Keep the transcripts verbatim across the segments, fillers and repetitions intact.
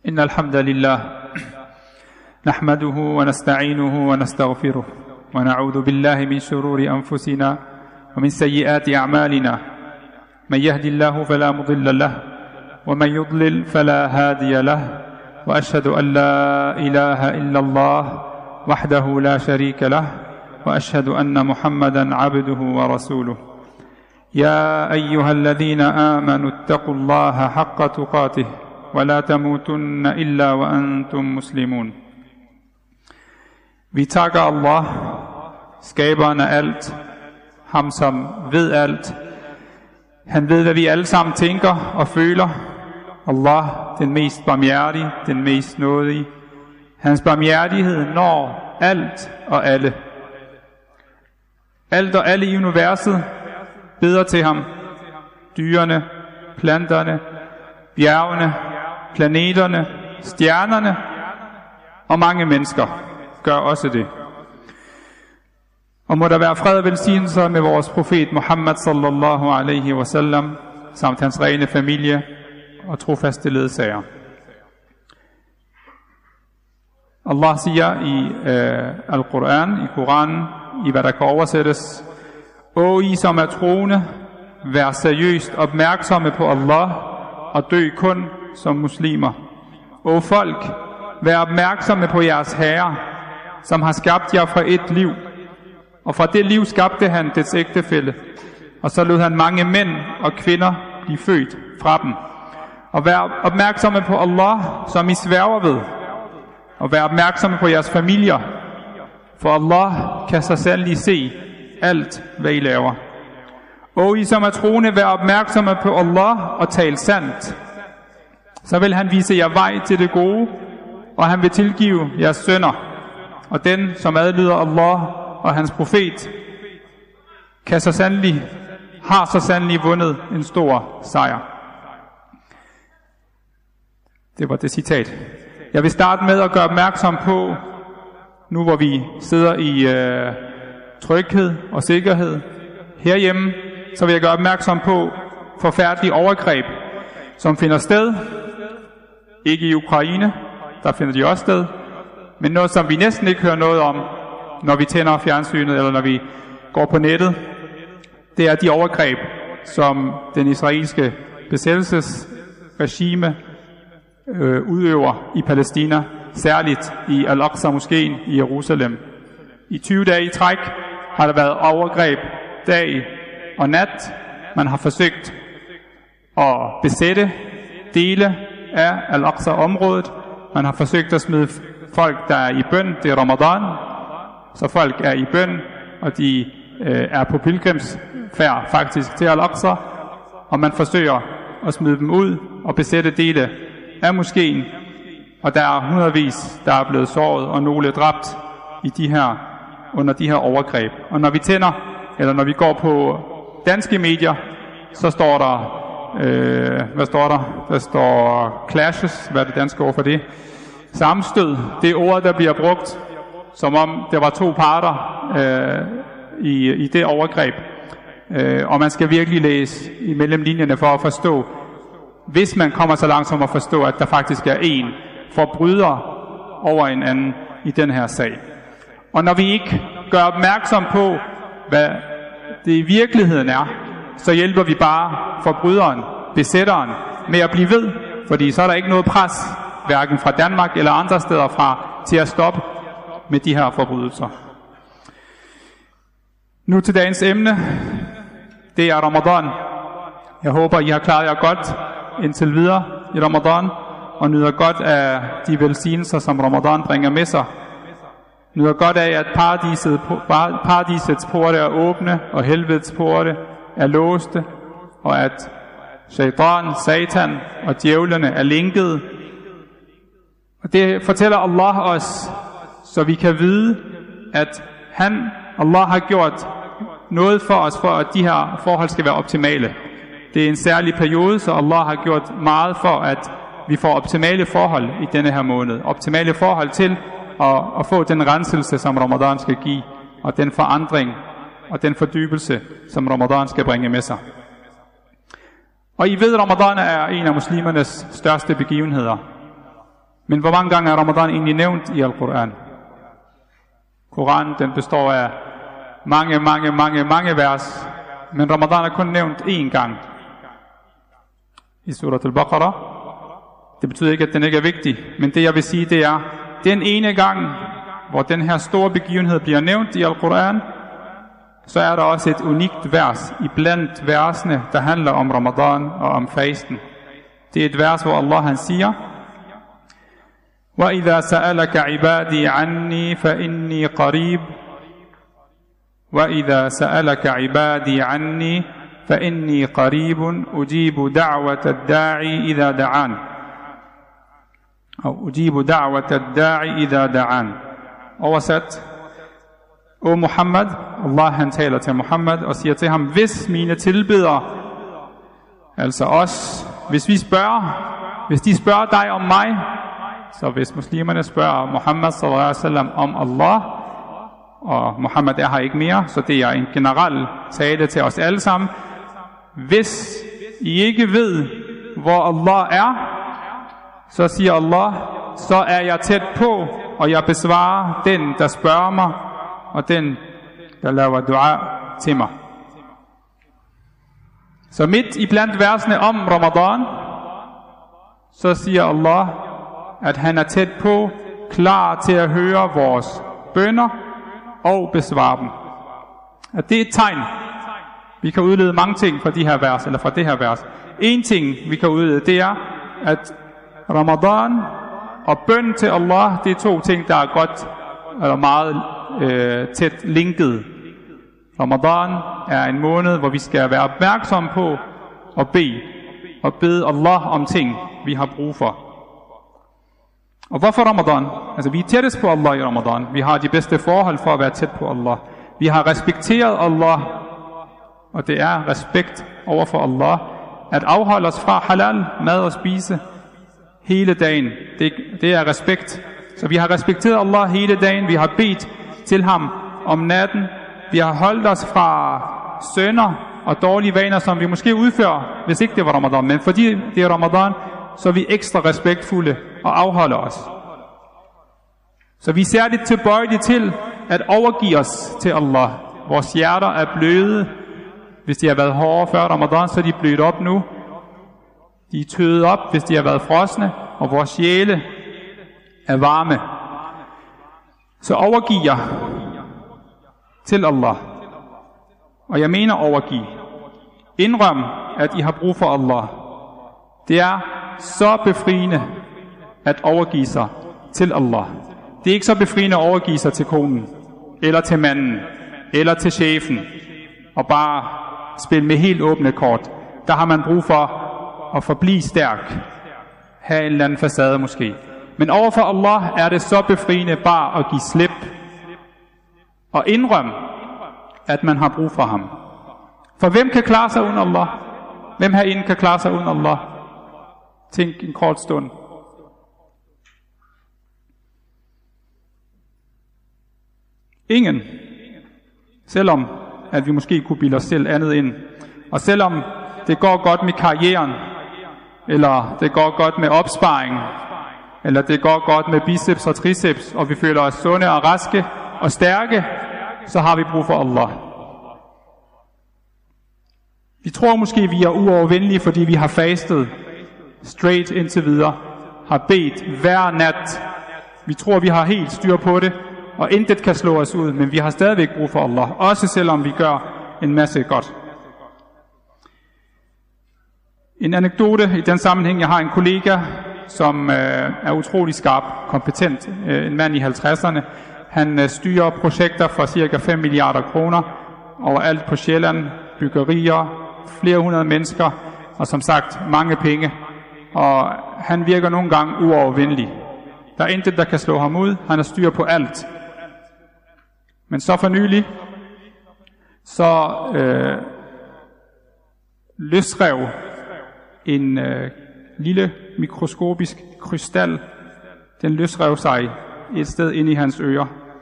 إن الحمد لله نحمده ونستعينه ونستغفره ونعوذ بالله من شرور أنفسنا ومن سيئات أعمالنا من يهد الله فلا مضل له ومن يضلل فلا هادي له وأشهد أن لا إله إلا الله وحده لا شريك له وأشهد أن محمدا عبده ورسوله يا أيها الذين آمنوا اتقوا الله حق تقاته ولا تموتن إلا وأنتم مسلمون. Vi takker Allah, skaberen af alt, ham som ved alt. Han ved, hvad vi alle sammen tænker og føler. Allah, den mest barmhjertige, den mest nådige. Hans barmhjertighed når alt og alle. Alt og alle i universet beder til ham. Dyrene, planterne, bjergene, planeterne, stjernerne og mange mennesker gør også det. Og må der være fred og velsignelser med vores profet Muhammad sallallahu alaihi wasallam, samt hans rene familie og trofaste ledsager. Allah siger i øh, Al-Quran, i Koranen, i hvad der kan oversættes: O I som er troende, vær seriøst opmærksomme på Allah og dø kun som muslimer. O folk, vær opmærksomme på jeres herre, som har skabt jer fra et liv, og fra det liv skabte han dets ægtefælle, og så lod han mange mænd og kvinder blive født fra dem. Og vær opmærksomme på Allah, som I sværger ved, og vær opmærksomme på jeres familier, for Allah kan så sandelig se alt, hvad I laver. O I som er troende, vær opmærksomme på Allah og tal sandt. Så vil han vise jer vej til det gode, og han vil tilgive jeres synder. Og den, som adlyder Allah og hans profet, kan så sandelig, har så sandelig vundet en stor sejr. Det var det citat. Jeg vil starte med at gøre opmærksom på, nu hvor vi sidder i øh, tryghed og sikkerhed herhjemme, så vil jeg gøre opmærksom på forfærdelige overgreb, som finder sted, ikke i Ukraine, der finder de også sted, men noget, som vi næsten ikke hører noget om, når vi tænder fjernsynet eller når vi går på nettet. Det er de overgreb, som den israelske besættelsesregime øh, udøver i Palæstina, særligt i Al-Aqsa-moskeen i Jerusalem. I tyve dage i træk har der været overgreb dag og nat. Man har forsøgt at besætte dele af Al-Aqsa-området. Man har forsøgt at smide folk, der er i bøn. Det er Ramadan, så folk er i bøn, og de øh, er på pilgrimsfærd faktisk til Al-Aqsa, og man forsøger at smide dem ud og besætte dele af moskeen, og der er hundredvis, der er blevet såret, og nogle dræbt i de her, under de her overgreb. Og når vi tænder, eller når vi går på danske medier, så står der, øh, hvad står der? Der står clashes, hvad er det danske ord for det? Sammenstød, det er ordet, der bliver brugt, som om der var to parter øh, i, i det overgreb. Øh, og man skal virkelig læse imellem linjerne for at forstå, hvis man kommer så langt som at forstå, at der faktisk er en forbryder over en anden i den her sag. Og når vi ikke gør opmærksom på, hvad det i virkeligheden er, så hjælper vi bare forbryderen, besætteren, med at blive ved, fordi så er der ikke noget pres, hverken fra Danmark eller andre steder fra, til at stoppe med de her forbrydelser. Nu til dagens emne. Det er Ramadan. Jeg håber, I har klaret jer godt indtil videre i Ramadan, og nyder godt af de velsignelser, som Ramadan bringer med sig. Nyder godt af, at paradiset, paradisets porte er åbne, og helvedets porte er låste, og at shaitan, satan og djævlene er linkede. Og det fortæller Allah os, så vi kan vide, at han, Allah har gjort noget for os, for at de her forhold skal være optimale. Det er en særlig periode, så Allah har gjort meget for, at vi får optimale forhold i denne her måned. Optimale forhold til at, at få den renselse, som Ramadan skal give, og den forandring og den fordybelse, som Ramadan skal bringe med sig. Og I ved, Ramadan er en af muslimernes største begivenheder. Men hvor mange gange er Ramadan egentlig nævnt i Al-Quran? Koranen, den består af mange, mange, mange, mange vers, men Ramadan er kun nævnt én gang i Surat al-Baqarah. Det betyder ikke, at den ikke er vigtig, men det jeg vil sige, det er, den ene gang, hvor den her store begivenhed bliver nævnt i Al-Quran, så er der også et unikt vers i blandt versene, der handler om Ramadan og om fasten. Det er et vers, hvor Allah han siger, وَإِذَا سَأَلَكَ عِبَادِي عَنِّي فَإِنِّي قَرِيبٌ وَإِذَا سَأَلَكَ عِبَادِي عَنِّي فَإِنِّي قَرِيبٌ أُجِيبُ دَعْوَةَ الدَّاعِي إِذَا دَعَانِ Og أُجِيبُ دَعْوَةَ الدَّاعِي إِذَا دَعَانِ. Oversat: O Muhammad, Allah han taler til Muhammad og siger til ham, hvis mine tilbedere, altså os, hvis vi spørger, hvis de spørger dig om mig, så hvis muslimerne spørger Muhammad sallallahu alaihi wasallam om Allah, og Muhammad er her ikke mere, så det er en generel tale til os alle sammen. Hvis I ikke ved, hvor Allah er, så siger Allah, så er jeg tæt på, og jeg besvarer den, der spørger mig, og den, der laver dua til mig. Så midt i blandt versene om Ramadan, så siger Allah, at han er tæt på, klar til at høre vores bønner og besvare dem. At det er et tegn. Vi kan udlede mange ting fra de her vers, eller fra det her vers. En ting, vi kan udlede, det er, at Ramadan og bøn til Allah, det er to ting, der er godt, eller meget øh, tæt linket. Ramadan er en måned, hvor vi skal være opmærksomme på at bede, og bede Allah om ting, vi har brug for. Og hvorfor Ramadan? Altså vi er tættest på Allah i Ramadan. Vi har de bedste forhold for at være tæt på Allah. Vi har respekteret Allah, og det er respekt over for Allah, at afholde os fra halal, mad og spise hele dagen. Det, det er respekt. Så vi har respekteret Allah hele dagen. Vi har bedt til ham om natten. Vi har holdt os fra synder og dårlige vaner, som vi måske udfører, hvis ikke det var Ramadan. Men fordi det er Ramadan, så er vi ekstra respektfulde og afholder os. Så vi er særligt tilbøjelige til at overgive os til Allah. Vores hjerter er bløde. Hvis de har været hårde før Ramadan, så er de blødt op nu. De er tøet op, hvis de har været frosne, og vores sjæle er varme. Så overgiv jer til Allah. Og jeg mener overgive. Indrøm, at I har brug for Allah. Det er så befriende at overgive sig til Allah. Det er ikke så befriende at overgive sig til konen, eller til manden, eller til chefen, og bare spille med helt åbne kort. Der har man brug for at forblive stærk. Have en eller anden facade måske. Men overfor Allah er det så befriende bare at give slip. Og indrømme, at man har brug for ham. For hvem kan klare sig uden Allah? Hvem herinde kan klare sig uden Allah? Tænk en kort stund. Ingen. Selvom at vi måske kunne bilde os selv andet ind. Og selvom det går godt med karrieren, eller det går godt med opsparing, eller det går godt med biceps og triceps, og vi føler os sunde og raske og stærke, så har vi brug for Allah. Vi tror måske, vi er uovervindelige, fordi vi har fastet straight indtil videre, har bedt hver nat. Vi tror, vi har helt styr på det, og intet kan slå os ud, men vi har stadigvæk brug for Allah, også selvom vi gør en masse godt. En anekdote i den sammenhæng, jeg har en kollega, som øh, er utrolig skarp, kompetent, øh, en mand i halvtredserne. Han øh, styrer projekter for cirka fem milliarder kroner overalt på Sjælland, byggerier, flere hundrede mennesker, og som sagt mange penge. Og han virker nogle gange uovervindelig. Der er intet, der kan slå ham ud. Han har styr på alt. Men så for nylig, så øh, løsrev en øh, lille mikroskopisk krystal. Den løsrev sig et sted inde i hans ører.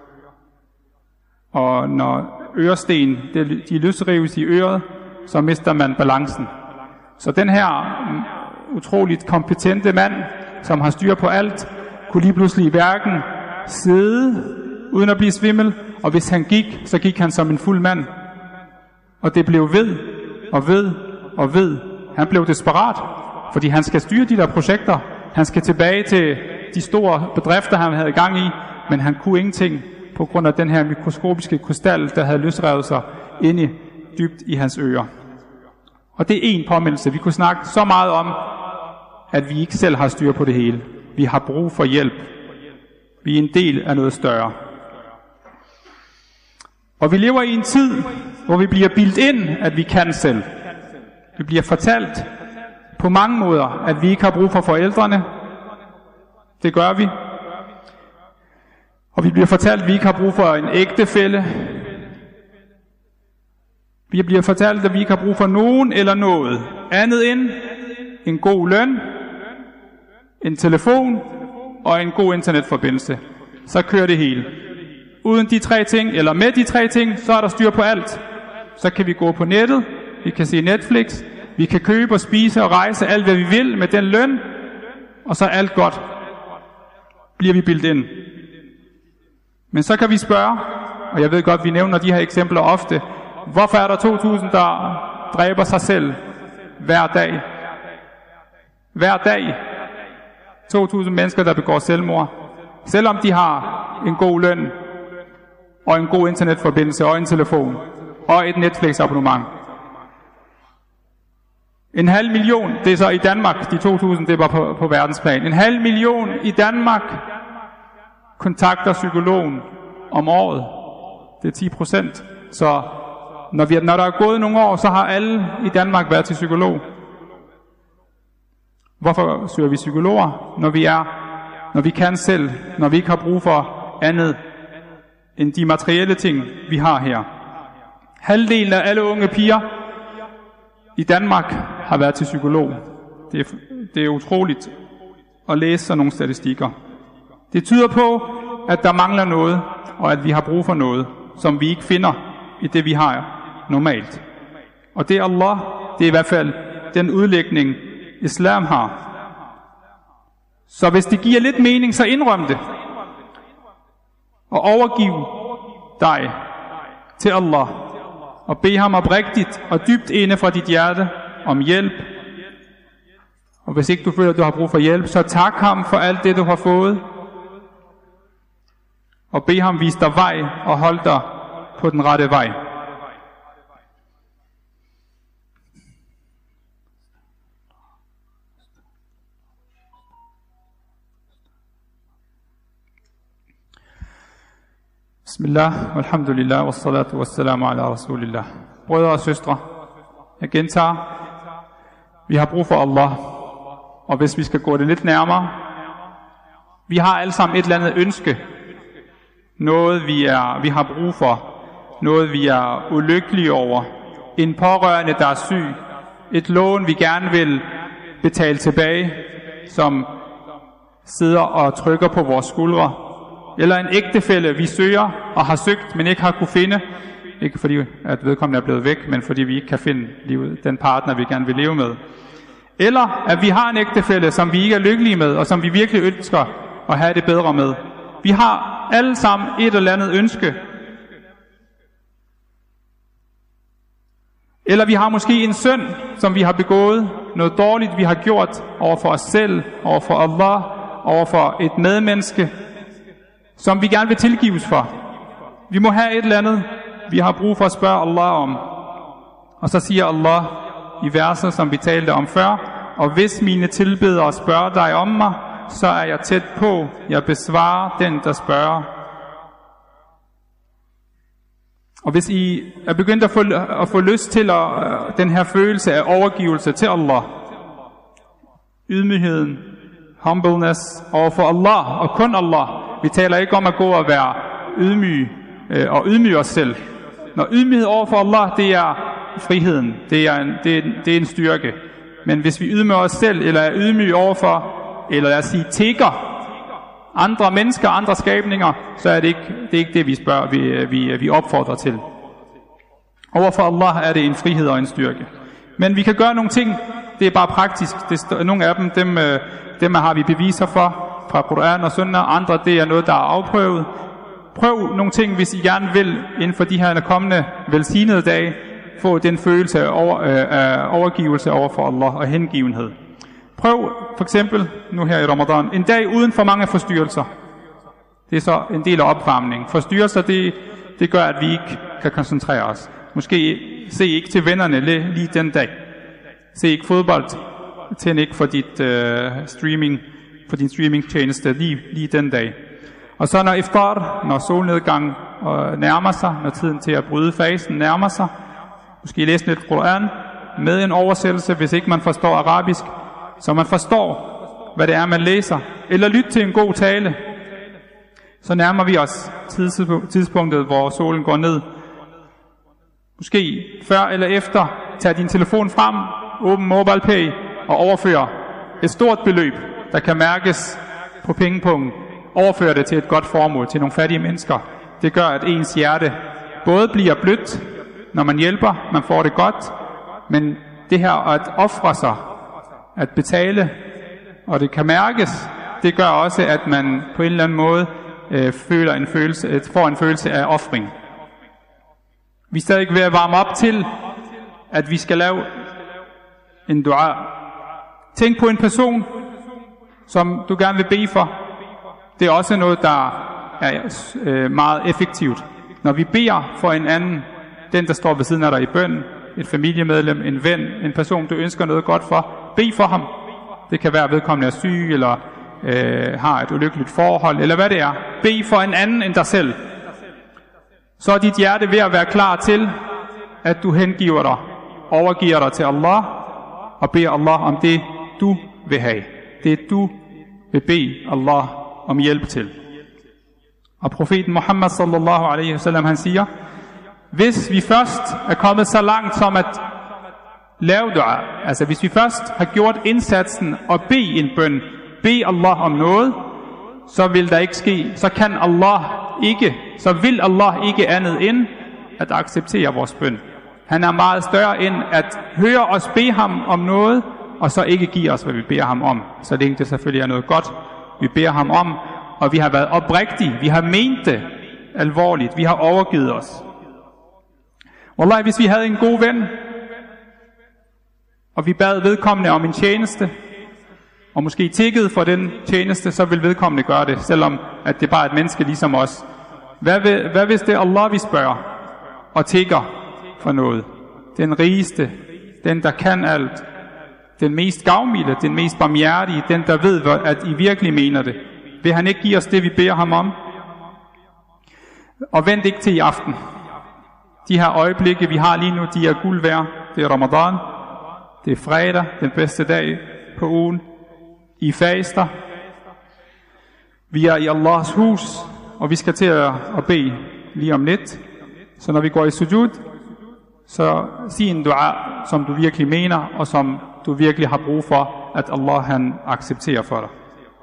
Og når øresten, de løsrives i øret, så mister man balancen. Så den her utroligt kompetente mand, som har styr på alt, kunne lige pludselig hverken sidde uden at blive svimmel, og hvis han gik, så gik han som en fuld mand. Og det blev ved, og ved, og ved. Han blev desperat, fordi han skal styre de der projekter. Han skal tilbage til de store bedrifter, han havde gang i, men han kunne ingenting på grund af den her mikroskopiske krystal, der havde løsrevet sig inde dybt i hans ører. Og det er en påmindelse. Vi kunne snakke så meget om, at vi ikke selv har styr på det hele. Vi har brug for hjælp. Vi er en del af noget større. Og vi lever i en tid, hvor vi bliver bildt ind, at vi kan selv. Vi bliver fortalt på mange måder, at vi ikke har brug for forældrene. Det gør vi. Og vi bliver fortalt, at vi ikke har brug for en ægtefælle. Vi bliver fortalt, at vi ikke har brug for nogen eller noget andet end en god løn, en telefon og en god internetforbindelse. Så kører det hele. Uden de tre ting, eller med de tre ting, så er der styr på alt. Så kan vi gå på nettet, vi kan se Netflix, vi kan købe og spise og rejse alt, hvad vi vil med den løn, og så er alt godt. Bliver vi bildt ind. Men så kan vi spørge, og jeg ved godt, vi nævner de her eksempler ofte, hvorfor er der to tusind, der dræber sig selv hver dag? Hver dag. to tusind mennesker, der begår selvmord. Selvom de har en god løn, og en god internetforbindelse, og en telefon, og et Netflix-abonnement. En halv million, det er så i Danmark, de to tusind, det var på, på verdensplan. En halv million i Danmark kontakter psykologen om året. Det er ti procent. Så når, vi, når der er gået nogle år, så har alle i Danmark været til psykolog. Hvorfor søger vi psykologer, når vi er, når vi kan selv, når vi ikke har brug for andet end de materielle ting, vi har her? Halvdelen af alle unge piger i Danmark har været til psykolog. Det er, det er utroligt at læse sådan nogle statistikker. Det tyder på, at der mangler noget, og at vi har brug for noget, som vi ikke finder i det, vi har normalt. Og det er Allah, det er i hvert fald den udlægning, islam har. Så hvis det giver lidt mening, så indrøm det. Og overgiv dig til Allah. Og bed ham oprigtigt og dybt inde fra dit hjerte om hjælp. Og hvis ikke du føler, at du har brug for hjælp, så tak ham for alt det, du har fået. Og bed ham vise dig vej og hold dig på den rette vej. Bismillah, alhamdulillah, wassalatu wassalamu ala rasulillah. Brødre og søstre, jeg gentager, vi har brug for Allah. Og hvis vi skal gå det lidt nærmere, vi har alle sammen et eller andet ønske. Noget vi, er, vi har brug for. Noget vi er ulykkelige over. En pårørende, der er syg. Et lån, vi gerne vil betale tilbage, som sidder og trykker på vores skuldre. Eller en ægtefælle, vi søger og har søgt, men ikke har kunne finde. Ikke fordi at vedkommende er blevet væk, men fordi vi ikke kan finde livet, den partner, vi gerne vil leve med. Eller at vi har en ægtefælle, som vi ikke er lykkelige med, og som vi virkelig ønsker at have det bedre med. Vi har alle sammen et eller andet ønske. Eller vi har måske en synd, som vi har begået, noget dårligt, vi har gjort over for os selv, over for Allah, over for et medmenneske, som vi gerne vil tilgives for. Vi må have et eller andet, vi har brug for at spørge Allah om. Og så siger Allah i verset, som vi talte om før, og hvis mine tilbedere spørger dig om mig, så er jeg tæt på, jeg besvarer den, der spørger. Og hvis I er begyndt at få, at få lyst til at, den her følelse af overgivelse til Allah, ydmygheden, humbleness overfor Allah og kun Allah. Vi taler ikke om at gå og være ydmyge øh, og ydmyge os selv. Når ydmyghed overfor Allah, det er friheden, det er, en, det, er, det er en styrke. Men hvis vi ydmyger os selv, eller er ydmyge overfor, eller lad os sige tigger, andre mennesker, andre skabninger, så er det ikke det, er ikke det vi spørger, vi, vi, vi opfordrer til. Overfor Allah er det en frihed og en styrke. Men vi kan gøre nogle ting, det er bare praktisk. Det, nogle af dem, dem, dem har vi beviser for. fra Koran og Sunnah, andre det er noget, der er afprøvet. Prøv nogle ting, hvis I gerne vil, inden for de her kommende velsignede dage, få den følelse af over, øh, overgivelse over for Allah og hengivenhed. Prøv for eksempel, nu her i Ramadan, en dag uden for mange forstyrrelser. Det er så en del af opvarmning. Forstyrrelser, det, det gør, at vi ikke kan koncentrere os. Måske se ikke til vennerne lige den dag. Se ikke fodbold, tænd ikke for, dit, øh, streaming, for din streamingtjeneste lige, lige den dag. Og så når iftar, når solnedgang øh, nærmer sig, når tiden til at bryde fasen nærmer sig, måske læse lidt Koran med en oversættelse, hvis ikke man forstår arabisk, så man forstår, hvad det er, man læser, eller lyt til en god tale. Så nærmer vi os tidspunktet, hvor solen går ned. Måske før eller efter, tag din telefon frem, åbn MobilePay og overfør et stort beløb, der kan mærkes på pengepunkten. Overfør det til et godt formål, til nogle fattige mennesker. Det gør, at ens hjerte både bliver blødt, når man hjælper, man får det godt, men det her at ofre sig, at betale, og det kan mærkes, det gør også, at man på en eller anden måde øh, føler en følelse, får en følelse af ofring. Vi er stadig ved at varme op til, at vi skal lave en dua. Tænk på en person, som du gerne vil bede for. Det er også noget, der er øh, meget effektivt. Når vi beder for en anden, den der står ved siden af dig i bøn, et familiemedlem, en ven, en person du ønsker noget godt for, bed for ham. Det kan være, at vedkommende er syg, eller øh, har et ulykkeligt forhold, eller hvad det er. Bed for en anden end dig selv. Så er dit hjerte ved at være klar til, at du hengiver dig, overgiver dig til Allah, og beder Allah om det, du vil have. Det du vil bede Allah om hjælp til. Og profeten Muhammad sallallahu alaihi wasallam, han siger, hvis vi først er kommet så langt som at lave dua, altså hvis vi først har gjort indsatsen og bede en bøn, bede Allah om noget, så vil der ikke ske, så kan Allah ikke, så vil Allah ikke andet end at acceptere vores bøn. Han er meget større end at høre os bede ham om noget, og så ikke give os, hvad vi beder ham om. Så længe det selvfølgelig er noget godt, vi beder ham om, og vi har været oprigtige, vi har ment det alvorligt, vi har overgivet os. Wallahi, hvis vi havde en god ven, og vi bad vedkommende om en tjeneste, og måske tiggede for den tjeneste, så vil vedkommende gøre det, selvom at det bare er et menneske ligesom os. Hvad, vil, hvad hvis det er Allah, vi spørger, og tigger for noget? Den rigeste, den der kan alt, den mest gavmilde, den mest barmhjertige, den der ved, at I virkelig mener det. Vil han ikke give os det, vi beder ham om? Og vent ikke til i aften. De her øjeblikke, vi har lige nu, de er guld værd. Det er Ramadan, det er fredag, den bedste dag på ugen. I faster. Vi er i Allahs hus, og vi skal til at, at bede lige om lidt. Så når vi går i sujud, så sig en dua, som du virkelig mener, og som du virkelig har brug for, at Allah han accepterer for dig.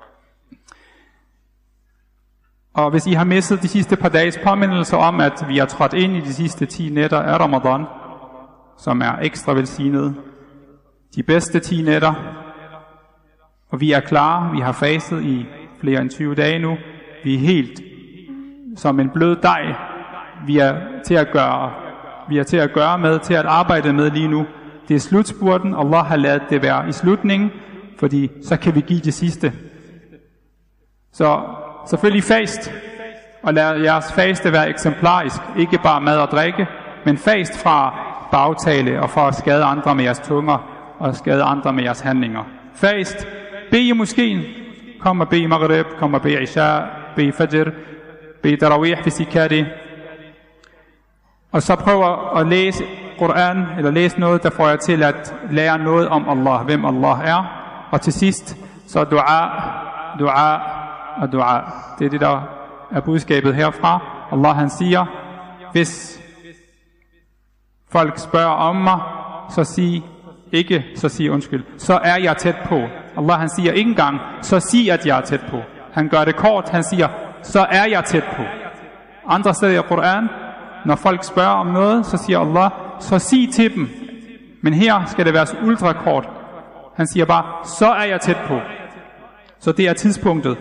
Og hvis I har misset de sidste par dages påmindelser om, at vi er trådt ind i de sidste ti nætter af Ramadan, som er ekstra velsignede, de bedste ti nætter, og vi er klar, vi har faset i flere end tyve dage nu, vi er helt som en blød dej, vi er til at gøre, vi er til at gøre med, til at arbejde med lige nu. Det er slutspurten, Allah har ladet det være i slutningen, fordi så kan vi give det sidste. Så selvfølgelig fast, og lad jeres faste være eksemplarisk, ikke bare mad og drikke, men fast fra bagtale og fra at skade andre med jeres tunger og skade andre med jeres handlinger. Fast, bed i moskeen, kom og bed i Maghrib, kom og bed i Isha, bed i Fajr, bed i Tarawih, hvis I kan det. Og så prøv at læse Koran, eller læse noget, der får jer til at lære noget om Allah, hvem Allah er. Og til sidst, så dua, dua og dua. Det er det, der er budskabet herfra. Allah han siger, hvis folk spørger om mig, så sig ikke, så sig undskyld. Så er jeg tæt på. Allah han siger ikke engang, så sig at jeg er tæt på. Han gør det kort, han siger, så er jeg tæt på. Andre steder i Koran, når folk spørger om noget, så siger Allah, så sig til dem. Men her skal det være ultrakort. Han siger bare, så er jeg tæt på. Så det er tidspunktet.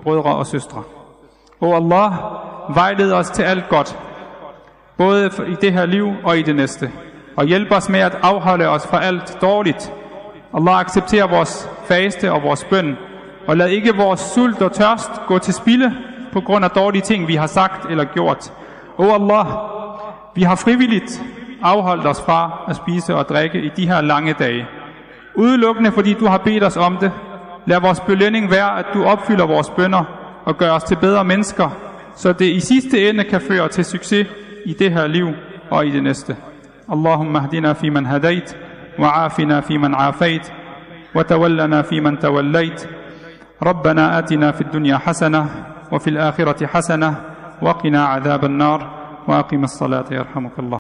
brødre og søstre. O Allah, vejled os til alt godt, både i det her liv og i det næste, og hjælp os med at afholde os fra alt dårligt. Allah, accepterer vores faste og vores bøn, og lad ikke vores sult og tørst gå til spilde på grund af dårlige ting, vi har sagt eller gjort. O Allah, vi har frivilligt afholdt os fra at spise og drikke i de her lange dage, udelukkende fordi du har bedt os om det. Lad vores belønning være, at du opfylder vores bønner og gør os til bedre mennesker, så det i sidste ende kan føre til succes i det her liv og i det næste. Allahumma hdina fi man hadait, wa afina fi man afait, wa tawallana fi man tawallait. ربنا آتنا في الدنيا حسنة وفي الآخرة حسنة وقنا عذاب النار وأقم الصلاة يرحمك الله.